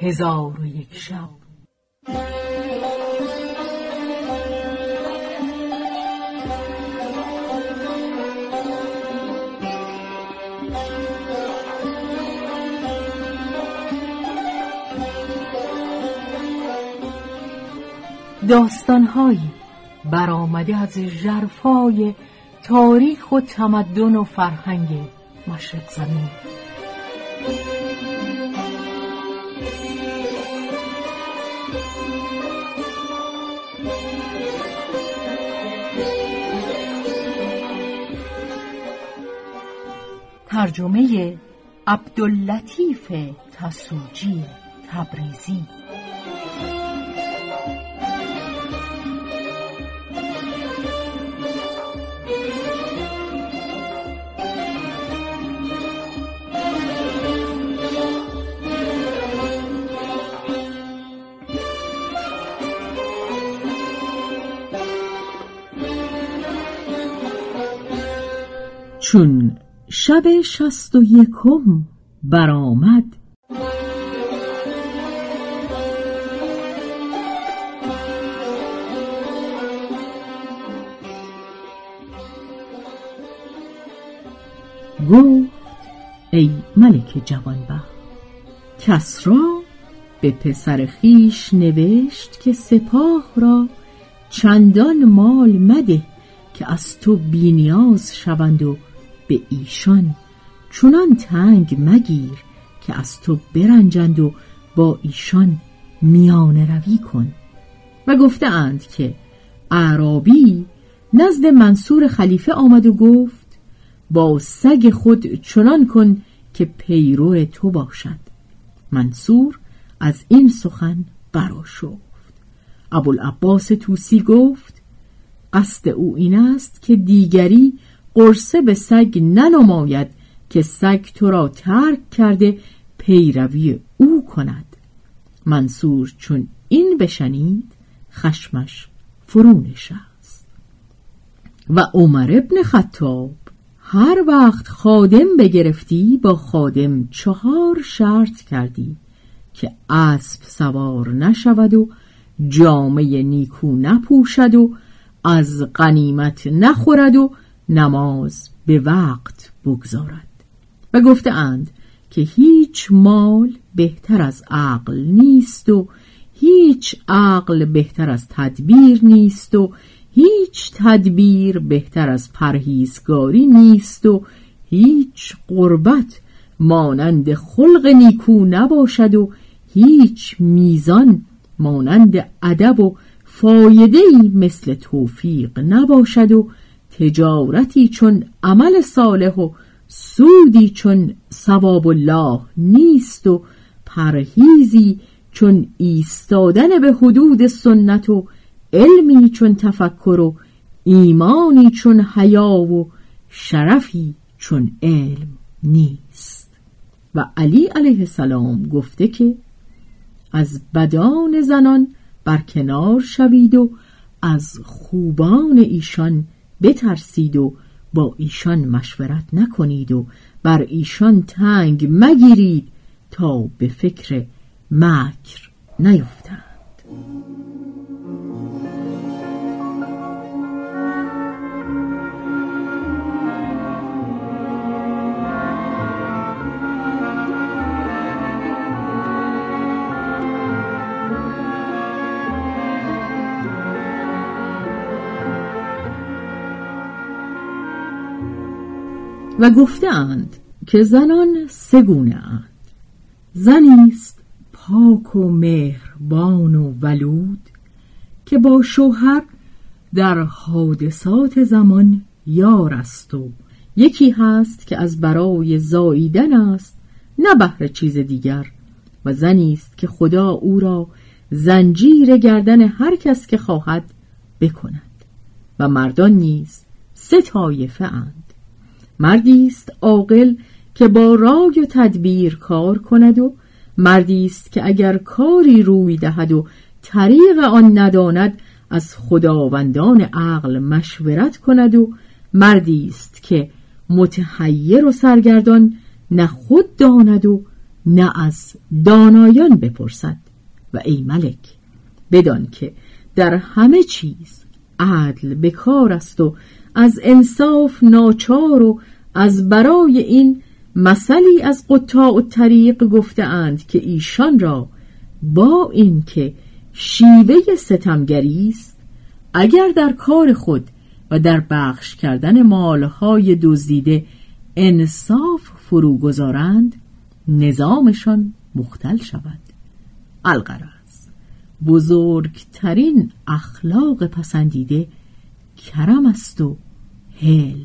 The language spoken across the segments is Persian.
1001 شب. داستان‌هایی برآمده از ژرفای تاریخ و تمدن و فرهنگ مشرق زمین. ترجمه عبداللطیف تسوجی تبریزی. چون شب 61 برآمد، گفت ای ملک جوانبخت، کسری به پسر خویش نوشت که سپاه را چندان مال مده که از تو بی‌نیاز شوند و به ایشان چنان تنگ مگیر که از تو برنجند و با ایشان میانه روی کن. و گفته اند که اعرابی نزد منصور خلیفه آمد و گفت با سگ خود چنان کن که پیرو تو باشد. منصور از این سخن برآشفت. ابوالعباس طوسی گفت قصد او این است که دیگری قرصه به سگ ننماید که سگ تو را ترک کرده پیروی او کند. منصور چون این بشنید خشمش فرو نشست. و عمر ابن خطاب هر وقت خادم بگرفتی با خادم 4 شرط کردی که اسب سوار نشود و جامه نیکو نپوشد و از غنیمت نخورد و نماز به وقت بگذارد. و گفته اند که هیچ مال بهتر از عقل نیست و هیچ عقل بهتر از تدبیر نیست و هیچ تدبیر بهتر از پرهیزگاری نیست و هیچ قربت مانند خلق نیکو نباشد و هیچ میزان مانند ادب و فایده‌ای مثل توفیق نباشد و تجارتی چون عمل صالح و سودی چون ثواب الله نیست و پرهیزی چون ایستادن به حدود سنت و علمی چون تفکر و ایمانی چون حیا و شرفی چون علم نیست. و علی علیه السلام گفته که از بدان زنان برکنار شوید و از خوبان ایشان بترسید و با ایشان مشورت نکنید و بر ایشان تنگ مگیرید تا به فکر مکر نیفتند. و گفتند که زنان 3 گونه اند. زنیست پاک و مهربان و ولود که با شوهر در حادثات زمان یار است و یکی هست که از برای زاییدن است نه بهر چیز دیگر. و زنیست که خدا او را زنجیر گردن هر کس که خواهد بکند. و مردان نیز 3 طایفه اند. مردیست عاقل که با رای و تدبیر کار کند و مردیست که اگر کاری روی دهد و طریق آن نداند از خداوندان عقل مشورت کند و مردیست که متحیر و سرگردان نه خود داند و نه از دانایان بپرسد. و ای ملک، بدان که در همه چیز عدل به کار است و از انصاف ناچار، و از برای این مثلی از قطاع الطریق گفته اند که ایشان را با این که شیوه ستمگری است، اگر در کار خود و در بخش کردن مالهای دزدیده انصاف فرو گذارند، نظامشان مختل شود. الغرض بزرگترین اخلاق پسندیده کرم است و حلم.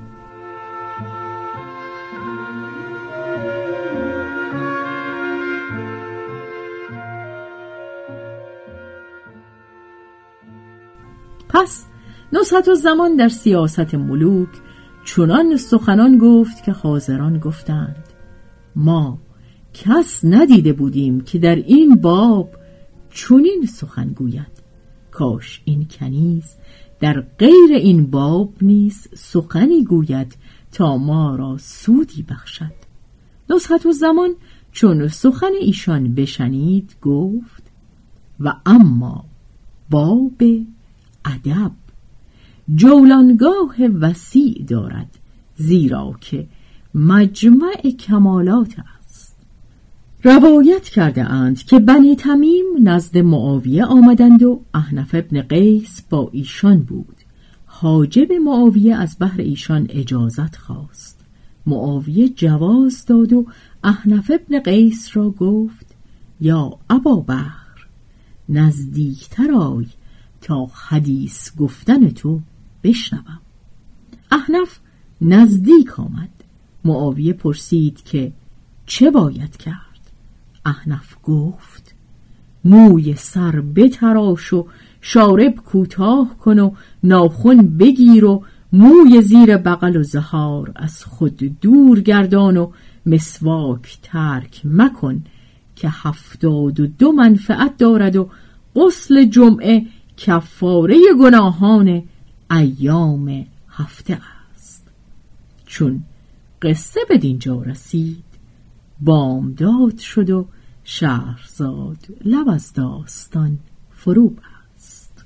پس نصحةالزمان در سیاست ملوک چنان سخنان گفت که حاضران گفتند ما کس ندیده بودیم که در این باب چنین سخن گوید. کاش این کنیز در غیر این باب نیز سخنی گوید تا ما را سودی بخشد. نصحةالزمان چون سخن ایشان بشنید گفت و اما باب ادب جولانگاه وسیع دارد، زیرا که مجمع کمالات است. روایت کرده اند که بنی تمیم نزد معاویه آمدند و احنف ابن قیس با ایشان بود. حاجب معاویه از بهر ایشان اجازت خواست. معاویه جواز داد و احنف ابن قیس را گفت یا ابابکر، نزدیکتر آی تا حدیث گفتن تو بشنوم. احنف نزدیک آمد. معاویه پرسید که چه باید کرد؟ احنف گفت موی سر بتراش و شارب کوتاه کن و ناخن بگیر و موی زیر بغل و زهار از خود دور گردان و مسواک ترک مکن که 72 منفعت دارد و غسل جمعه کفاره گناهان ایام هفته است. چون قصه به دینجا رسید بامداد شد و شهرزاد لب از داستان فرو بست.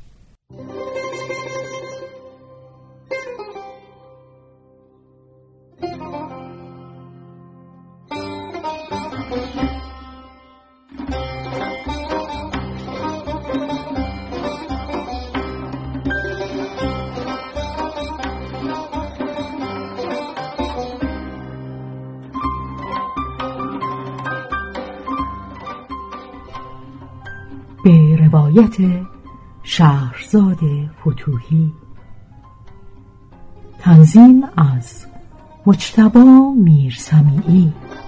به روایت شهرزاد فتوحی. تنظیم از مجتبی میرسمیعی.